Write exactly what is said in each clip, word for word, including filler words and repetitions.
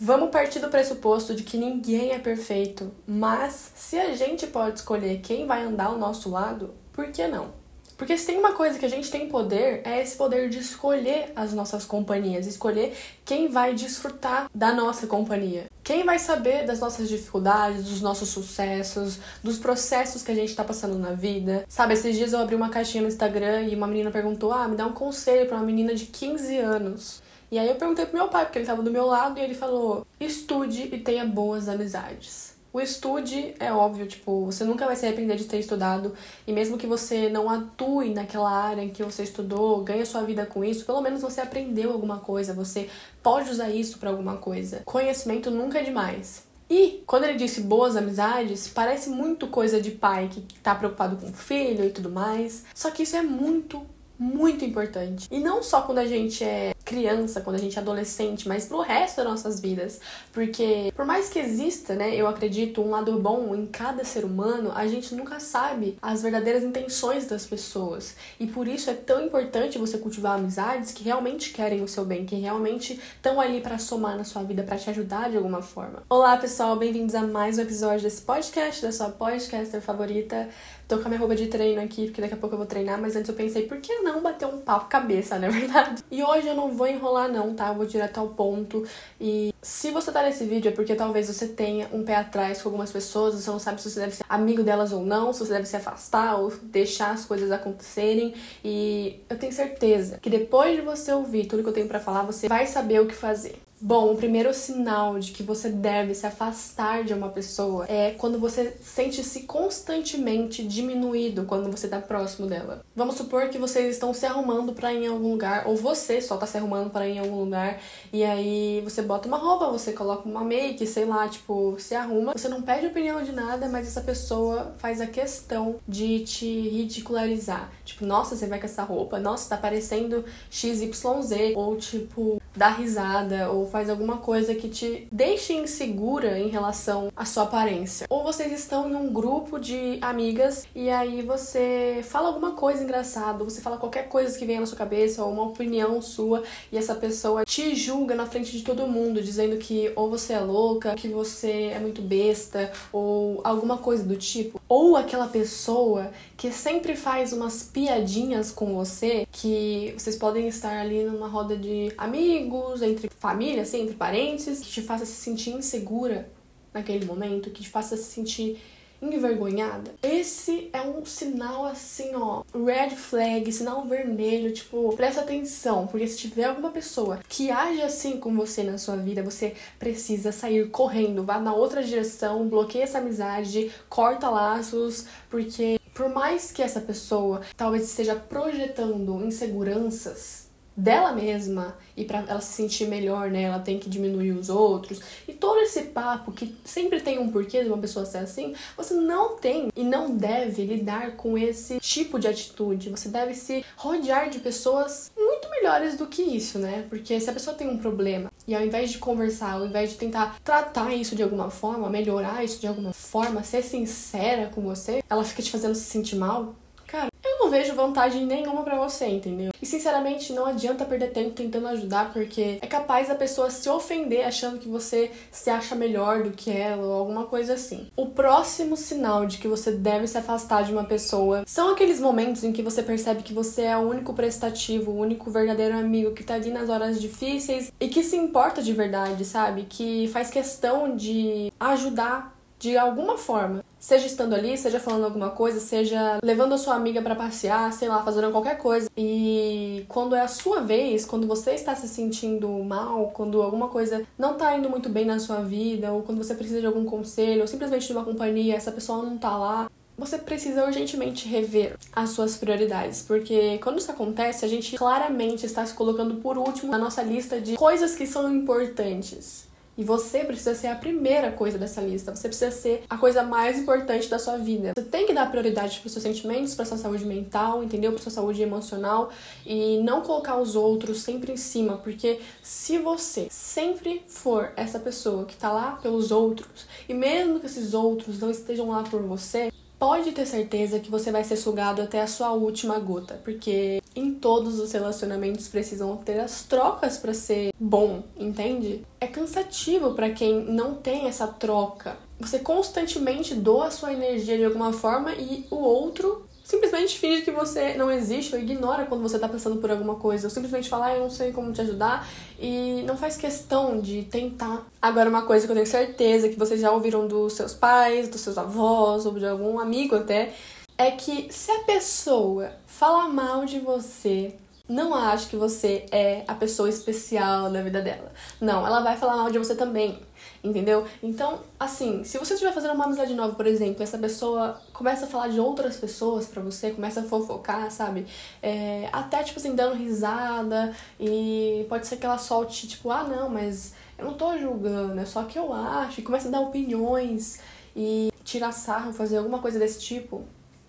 Vamos partir do pressuposto de que ninguém é perfeito, mas se a gente pode escolher quem vai andar ao nosso lado, por que não? Porque se tem uma coisa que a gente tem poder, é esse poder de escolher as nossas companhias, escolher quem vai desfrutar da nossa companhia. Quem vai saber das nossas dificuldades, dos nossos sucessos, dos processos que a gente tá passando na vida. Sabe, esses dias eu abri uma caixinha no Instagram e uma menina perguntou, ah, me dá um conselho pra uma menina de quinze anos. E aí eu perguntei pro meu pai, porque ele tava do meu lado, e ele falou, estude e tenha boas amizades. O estude é óbvio, tipo, você nunca vai se arrepender de ter estudado, e mesmo que você não atue naquela área em que você estudou, ganhe sua vida com isso, pelo menos você aprendeu alguma coisa, você pode usar isso pra alguma coisa. Conhecimento nunca é demais. E quando ele disse boas amizades, parece muito coisa de pai que tá preocupado com o filho e tudo mais, só que isso é muito, muito importante. E não só quando a gente é criança, quando a gente é adolescente, mas pro resto das nossas vidas. Porque por mais que exista, né, eu acredito, um lado bom em cada ser humano, a gente nunca sabe as verdadeiras intenções das pessoas. E por isso é tão importante você cultivar amizades que realmente querem o seu bem, que realmente estão ali pra somar na sua vida, pra te ajudar de alguma forma. Olá, pessoal, bem-vindos a mais um episódio desse podcast, da sua podcaster favorita. Tô com a minha roupa de treino aqui, porque daqui a pouco eu vou treinar, mas antes eu pensei, por que não bater um papo cabeça, não é verdade? E hoje eu não vou enrolar não, tá? Eu vou direto ao ponto. E se você tá nesse vídeo é porque talvez você tenha um pé atrás com algumas pessoas, você não sabe se você deve ser amigo delas ou não, se você deve se afastar ou deixar as coisas acontecerem. E eu tenho certeza que depois de você ouvir tudo que eu tenho pra falar, você vai saber o que fazer. Bom, o primeiro sinal de que você deve se afastar de uma pessoa é quando você sente-se constantemente diminuído quando você tá próximo dela. Vamos supor que vocês estão se arrumando pra ir em algum lugar, ou você só tá se arrumando pra ir em algum lugar, e aí você bota uma roupa, você coloca uma make, sei lá, tipo, se arruma. Você não pede opinião de nada, mas essa pessoa faz a questão de te ridicularizar. Tipo, nossa, você vai com essa roupa, nossa, tá parecendo X Y Z, ou tipo, dá risada, ou faz alguma coisa que te deixe insegura em relação à sua aparência. Ou vocês estão em um grupo de amigas e aí você fala alguma coisa engraçada, você fala qualquer coisa que venha na sua cabeça, ou uma opinião sua, e essa pessoa te julga na frente de todo mundo, dizendo que ou você é louca, que você é muito besta, ou alguma coisa do tipo. Ou aquela pessoa que sempre faz umas piadinhas com você, que vocês podem estar ali numa roda de amigos, entre família, assim, entre parentes, que te faça se sentir insegura naquele momento, que te faça se sentir envergonhada. Esse é um sinal assim, ó, red flag, sinal vermelho, tipo, presta atenção, porque se tiver alguma pessoa que age assim com você na sua vida, você precisa sair correndo, vá na outra direção, bloqueia essa amizade, corta laços, porque por mais que essa pessoa talvez esteja projetando inseguranças dela mesma e pra ela se sentir melhor, né, ela tem que diminuir os outros e todo esse papo que sempre tem um porquê de uma pessoa ser assim, você não tem e não deve lidar com esse tipo de atitude. Você deve se rodear de pessoas muito melhores do que isso, né, porque se a pessoa tem um problema e ao invés de conversar, ao invés de tentar tratar isso de alguma forma, melhorar isso de alguma forma, ser sincera com você, ela fica te fazendo se sentir mal, cara, eu não vejo vantagem nenhuma pra você, entendeu? E sinceramente, não adianta perder tempo tentando ajudar, porque é capaz da pessoa se ofender achando que você se acha melhor do que ela ou alguma coisa assim. O próximo sinal de que você deve se afastar de uma pessoa são aqueles momentos em que você percebe que você é o único prestativo, o único verdadeiro amigo que tá ali nas horas difíceis e que se importa de verdade, sabe? Que faz questão de ajudar de alguma forma. Seja estando ali, seja falando alguma coisa, seja levando a sua amiga pra passear, sei lá, fazendo qualquer coisa. E quando é a sua vez, quando você está se sentindo mal, quando alguma coisa não tá indo muito bem na sua vida, ou quando você precisa de algum conselho, ou simplesmente de uma companhia, essa pessoa não tá lá, você precisa urgentemente rever as suas prioridades, porque quando isso acontece, a gente claramente está se colocando por último na nossa lista de coisas que são importantes. E você precisa ser a primeira coisa dessa lista. Você precisa ser a coisa mais importante da sua vida. Você tem que dar prioridade para os seus sentimentos, para sua saúde mental, entendeu? Para sua saúde emocional. E não colocar os outros sempre em cima. Porque se você sempre for essa pessoa que tá lá pelos outros, e mesmo que esses outros não estejam lá por você, pode ter certeza que você vai ser sugado até a sua última gota, porque em todos os relacionamentos precisam ter as trocas pra ser bom, entende? É cansativo pra quem não tem essa troca. Você constantemente doa a sua energia de alguma forma e o outro simplesmente finge que você não existe ou ignora quando você tá passando por alguma coisa. Ou simplesmente fala, ah, eu não sei como te ajudar e não faz questão de tentar. Agora, uma coisa que eu tenho certeza que vocês já ouviram dos seus pais, dos seus avós ou de algum amigo até, é que se a pessoa fala mal de você, não ache que você é a pessoa especial da vida dela. Não, ela vai falar mal de você também, entendeu? Então, assim, se você estiver fazendo uma amizade nova, por exemplo, essa pessoa começa a falar de outras pessoas pra você, começa a fofocar, sabe? É, até, tipo assim, dando risada, e pode ser que ela solte, tipo, ah, não, mas eu não tô julgando, é só que eu acho, e começa a dar opiniões, e tirar sarro, fazer alguma coisa desse tipo.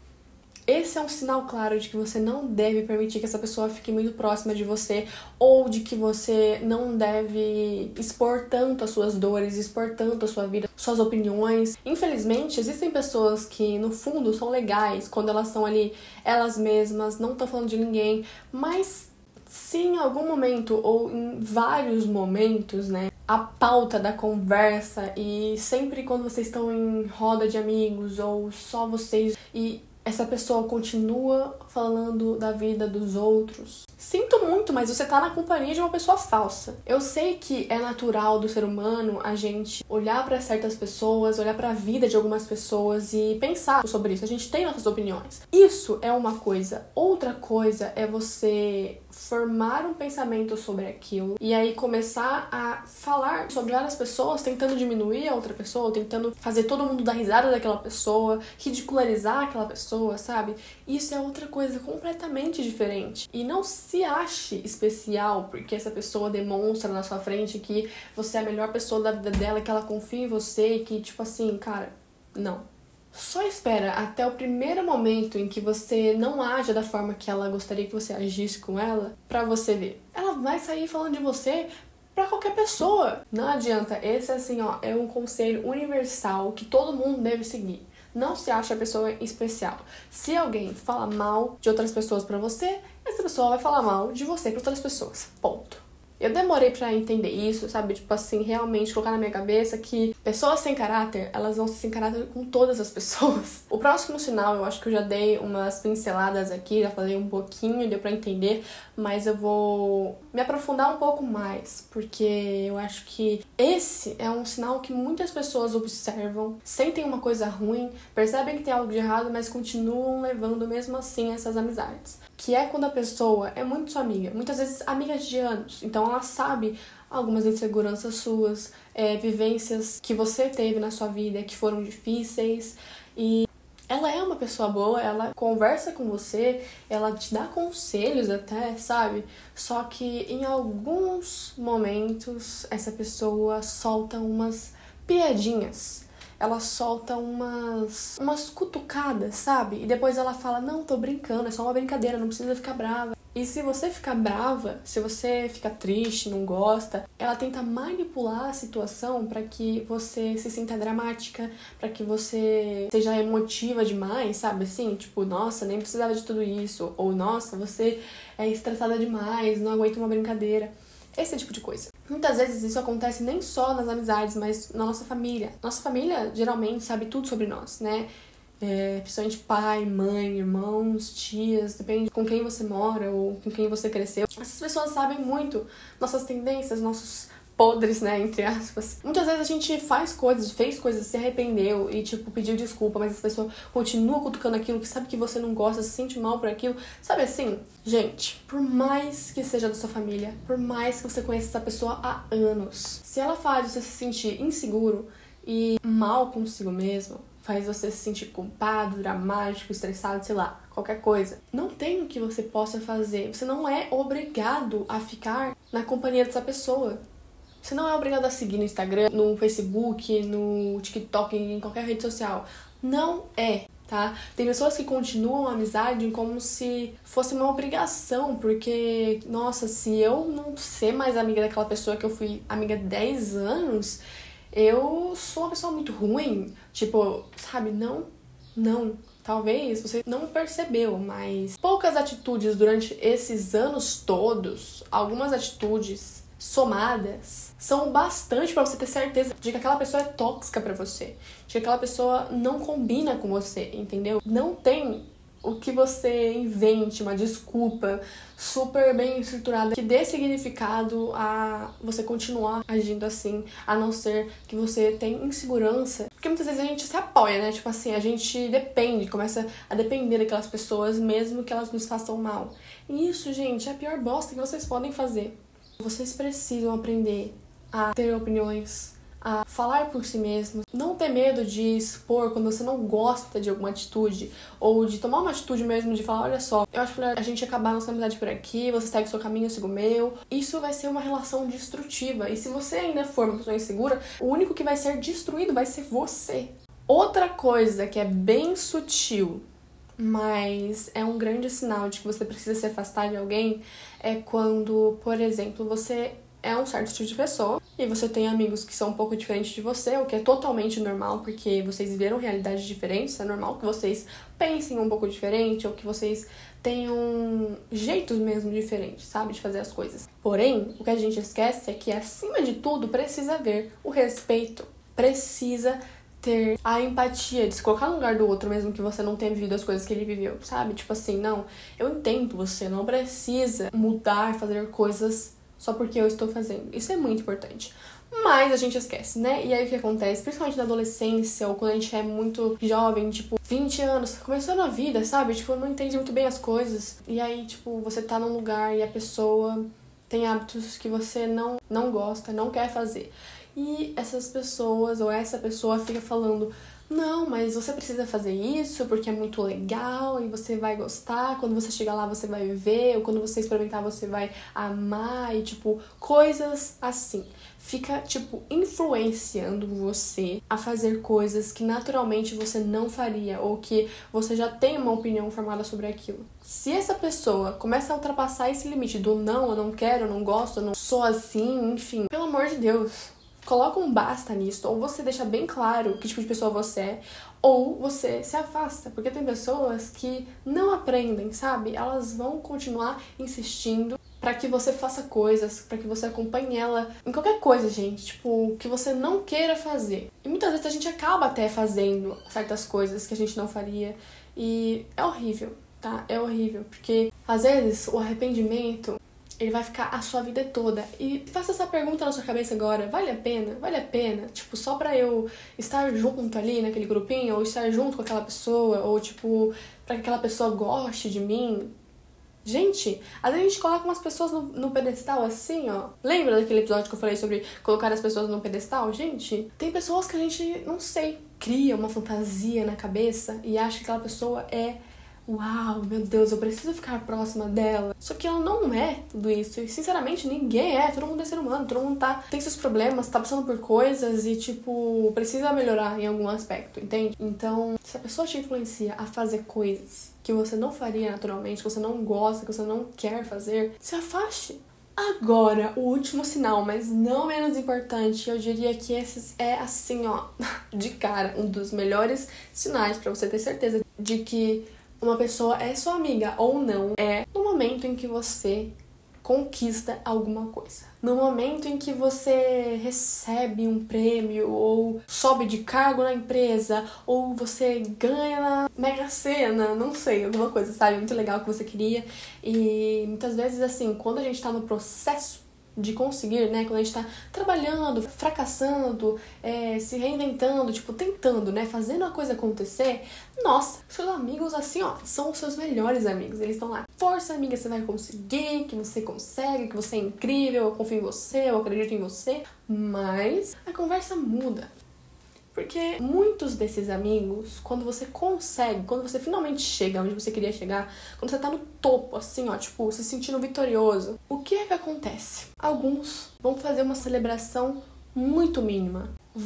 Esse é um sinal claro de que você não deve permitir que essa pessoa fique muito próxima de você ou de que você não deve expor tanto as suas dores, expor tanto a sua vida, suas opiniões. Infelizmente, existem pessoas que, no fundo, são legais quando elas estão ali elas mesmas, não estão falando de ninguém, mas se em algum momento ou em vários momentos, né, a pauta da conversa e sempre quando vocês estão em roda de amigos ou só vocês e essa pessoa continua falando da vida dos outros. Sinto muito, mas você tá na companhia de uma pessoa falsa. Eu sei que é natural do ser humano a gente olhar pra certas pessoas, olhar pra vida de algumas pessoas e pensar sobre isso. A gente tem nossas opiniões. Isso é uma coisa. Outra coisa é você formar um pensamento sobre aquilo e aí começar a falar sobre várias pessoas, tentando diminuir a outra pessoa, tentando fazer todo mundo dar risada daquela pessoa, ridicularizar aquela pessoa, sabe? Isso é outra coisa completamente diferente. E não se ache especial porque essa pessoa demonstra na sua frente que você é a melhor pessoa da vida dela, que ela confia em você e que, tipo assim, cara, não. Só espera até o primeiro momento em que você não haja da forma que ela gostaria que você agisse com ela, pra você ver. Ela vai sair falando de você pra qualquer pessoa. Não adianta. Esse, assim, ó, é um conselho universal que todo mundo deve seguir. Não se acha a pessoa especial. Se alguém fala mal de outras pessoas pra você, essa pessoa vai falar mal de você pra outras pessoas. Ponto. Eu demorei pra entender isso, sabe? Tipo assim, realmente colocar na minha cabeça que pessoas sem caráter, elas vão ser sem caráter com todas as pessoas. O próximo sinal, eu acho que eu já dei umas pinceladas aqui, já falei um pouquinho, deu pra entender, mas eu vou me aprofundar um pouco mais, porque eu acho que esse é um sinal que muitas pessoas observam, sentem uma coisa ruim, percebem que tem algo de errado, mas continuam levando mesmo assim essas amizades. Que é quando a pessoa é muito sua amiga, muitas vezes amigas de anos, então ela sabe algumas inseguranças suas, é, vivências que você teve na sua vida que foram difíceis, e ela é uma pessoa boa, ela conversa com você, ela te dá conselhos até, sabe? Só que em alguns momentos essa pessoa solta umas piadinhas. Ela solta umas, umas cutucadas, sabe? E depois ela fala, não, tô brincando, é só uma brincadeira, não precisa ficar brava. E se você ficar brava, se você fica triste, não gosta, ela tenta manipular a situação pra que você se sinta dramática, pra que você seja emotiva demais, sabe? Assim, tipo, nossa, nem precisava de tudo isso. Ou, nossa, você é estressada demais, não aguenta uma brincadeira. Esse tipo de coisa. Muitas vezes isso acontece nem só nas amizades, mas na nossa família. Nossa família geralmente sabe tudo sobre nós, né? É, principalmente pai, mãe, irmãos, tias, depende com quem você mora ou com quem você cresceu. Essas pessoas sabem muito nossas tendências, nossos podres, né, entre aspas. Muitas vezes a gente faz coisas, fez coisas, se arrependeu e, tipo, pediu desculpa, mas essa pessoa continua cutucando aquilo, que sabe que você não gosta, se sente mal por aquilo. Sabe assim? Gente, por mais que seja da sua família, por mais que você conheça essa pessoa há anos, se ela faz você se sentir inseguro e mal consigo mesmo, faz você se sentir culpado, dramático, estressado, sei lá, qualquer coisa, não tem o que você possa fazer. Você não é obrigado a ficar na companhia dessa pessoa. Você não é obrigado a seguir no Instagram, no Facebook, no TikTok, em qualquer rede social. Não é, tá? Tem pessoas que continuam a amizade como se fosse uma obrigação, porque, nossa, se eu não ser mais amiga daquela pessoa que eu fui amiga há dez anos, eu sou uma pessoa muito ruim. Tipo, sabe, não Não. Talvez você não percebeu, mas poucas atitudes durante esses anos todos, algumas atitudes somadas, são bastante pra você ter certeza de que aquela pessoa é tóxica pra você, de que aquela pessoa não combina com você, entendeu? Não tem o que você invente, uma desculpa super bem estruturada que dê significado a você continuar agindo assim, a não ser que você tenha insegurança. Porque muitas vezes a gente se apoia, né? Tipo assim, a gente depende, começa a depender daquelas pessoas, mesmo que elas nos façam mal. E isso, gente, é a pior bosta que vocês podem fazer. Vocês precisam aprender a ter opiniões, a falar por si mesmos, não ter medo de expor quando você não gosta de alguma atitude, ou de tomar uma atitude mesmo de falar, olha só, eu acho melhor a gente acabar nossa amizade por aqui, você segue o seu caminho, eu sigo o meu. Isso vai ser uma relação destrutiva, e se você ainda for uma pessoa insegura, o único que vai ser destruído vai ser você. Outra coisa que é bem sutil, mas é um grande sinal de que você precisa se afastar de alguém, é quando, por exemplo, você é um certo tipo de pessoa e você tem amigos que são um pouco diferentes de você, o que é totalmente normal, porque vocês viveram realidades diferentes, é normal que vocês pensem um pouco diferente ou que vocês tenham jeitos mesmo diferentes, sabe, de fazer as coisas. Porém, o que a gente esquece é que, acima de tudo, precisa haver o respeito, precisa ter a empatia de se colocar no lugar do outro, mesmo que você não tenha vivido as coisas que ele viveu, sabe? Tipo assim, não, eu entendo você, não precisa mudar, fazer coisas só porque eu estou fazendo. Isso é muito importante. Mas a gente esquece, né? E aí o que acontece? Principalmente na adolescência, ou quando a gente é muito jovem, tipo, vinte anos, começando a vida, sabe? Tipo, não entende muito bem as coisas. E aí, tipo, você tá num lugar e a pessoa tem hábitos que você não, não gosta, não quer fazer. E essas pessoas, ou essa pessoa fica falando, não, mas você precisa fazer isso porque é muito legal e você vai gostar, quando você chegar lá você vai ver, ou quando você experimentar você vai amar, e tipo, coisas assim. Fica, tipo, influenciando você a fazer coisas que naturalmente você não faria, ou que você já tem uma opinião formada sobre aquilo. Se essa pessoa começa a ultrapassar esse limite do não, eu não quero, eu não gosto, eu não sou assim, enfim, pelo amor de Deus, coloca um basta nisso, ou você deixa bem claro que tipo de pessoa você é, ou você se afasta, porque tem pessoas que não aprendem, sabe? Elas vão continuar insistindo pra que você faça coisas, pra que você acompanhe ela em qualquer coisa, gente, tipo, que você não queira fazer. E muitas vezes a gente acaba até fazendo certas coisas que a gente não faria, e é horrível, tá? É horrível, porque às vezes o arrependimento ele vai ficar a sua vida toda. E faça essa pergunta na sua cabeça agora, vale a pena? Vale a pena? Tipo, só pra eu estar junto ali naquele grupinho, ou estar junto com aquela pessoa, ou tipo, pra que aquela pessoa goste de mim? Gente, às vezes a gente coloca umas pessoas no, no pedestal assim, ó. Lembra daquele episódio que eu falei sobre colocar as pessoas no pedestal? Gente, tem pessoas que a gente, não sei, cria uma fantasia na cabeça e acha que aquela pessoa é uau, meu Deus, eu preciso ficar próxima dela. Só que ela não é tudo isso. E, sinceramente, ninguém é. Todo mundo é ser humano. Todo mundo tá, tem seus problemas, tá passando por coisas e, tipo, precisa melhorar em algum aspecto, entende? Então, se a pessoa te influencia a fazer coisas que você não faria naturalmente, que você não gosta, que você não quer fazer, se afaste. Agora, o último sinal, mas não menos importante, eu diria que esse é, assim, ó, de cara, um dos melhores sinais pra você ter certeza de que uma pessoa é sua amiga ou não, é no momento em que você conquista alguma coisa. No momento em que você recebe um prêmio, ou sobe de cargo na empresa, ou você ganha na Mega Sena, não sei, alguma coisa, sabe? Muito legal que você queria. E muitas vezes, assim, quando a gente tá no processo de conseguir, né, quando a gente tá trabalhando, fracassando, é, se reinventando, tipo, tentando, né, fazendo a coisa acontecer, nossa, seus amigos, assim, ó, são os seus melhores amigos, eles estão lá, força amiga, você vai conseguir, que você consegue, que você é incrível, eu confio em você, eu acredito em você, mas a conversa muda. Porque muitos desses amigos, quando você consegue, quando você finalmente chega onde você queria chegar, quando você tá no topo, assim, ó, tipo, se sentindo vitorioso, o que é que acontece? Alguns vão fazer uma celebração muito mínima.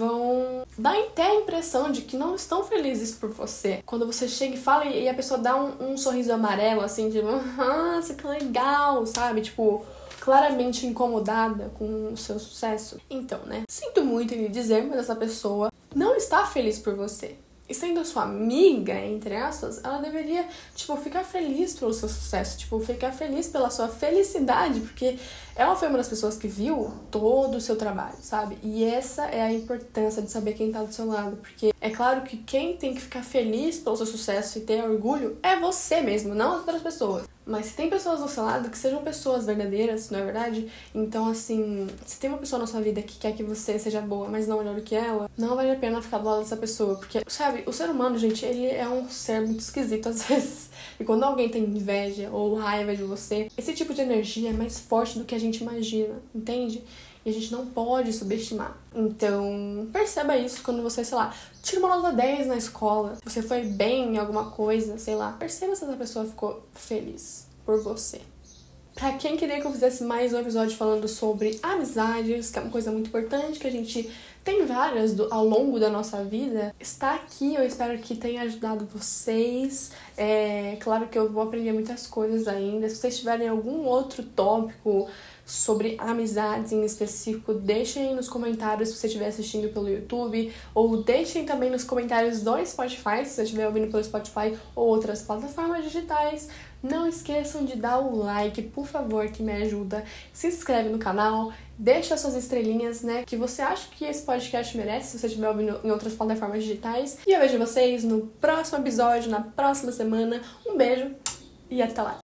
Vão dar até a impressão de que não estão felizes por você. Quando você chega e fala e a pessoa dá um, um sorriso amarelo, assim, tipo, ah, você tá legal, sabe? Tipo, claramente incomodada com o seu sucesso. Então, né, sinto muito em lhe dizer, mas essa pessoa não está feliz por você. E sendo sua amiga, entre aspas, ela deveria, tipo, ficar feliz pelo seu sucesso, tipo, ficar feliz pela sua felicidade, porque ela foi uma das pessoas que viu todo o seu trabalho, sabe? E essa é a importância de saber quem tá do seu lado, porque é claro que quem tem que ficar feliz pelo seu sucesso e ter orgulho é você mesmo, não as outras pessoas. Mas se tem pessoas do seu lado que sejam pessoas verdadeiras, não é verdade? Então, assim, se tem uma pessoa na sua vida que quer que você seja boa, mas não melhor do que ela, não vale a pena ficar do lado dessa pessoa. Porque, sabe, o ser humano, gente, ele é um ser muito esquisito às vezes. E quando alguém tem inveja ou raiva de você, esse tipo de energia é mais forte do que a gente imagina, entende? E a gente não pode subestimar. Então, perceba isso quando você, sei lá, tira uma nota dez na escola, você foi bem em alguma coisa, sei lá. Perceba se essa pessoa ficou feliz por você. Pra quem queria que eu fizesse mais um episódio falando sobre amizades, que é uma coisa muito importante, que a gente tem várias do, ao longo da nossa vida, está aqui. Eu espero que tenha ajudado vocês. É claro que eu vou aprender muitas coisas ainda. Se vocês tiverem algum outro tópico sobre amizades em específico, deixem aí nos comentários se você estiver assistindo pelo YouTube, ou deixem também nos comentários do Spotify, se você estiver ouvindo pelo Spotify ou outras plataformas digitais. Não esqueçam de dar o like, por favor, que me ajuda. Se inscreve no canal, deixa suas estrelinhas, né, que você acha que esse podcast merece, se você estiver ouvindo em outras plataformas digitais. E eu vejo vocês no próximo episódio, na próxima semana. Um beijo e até lá!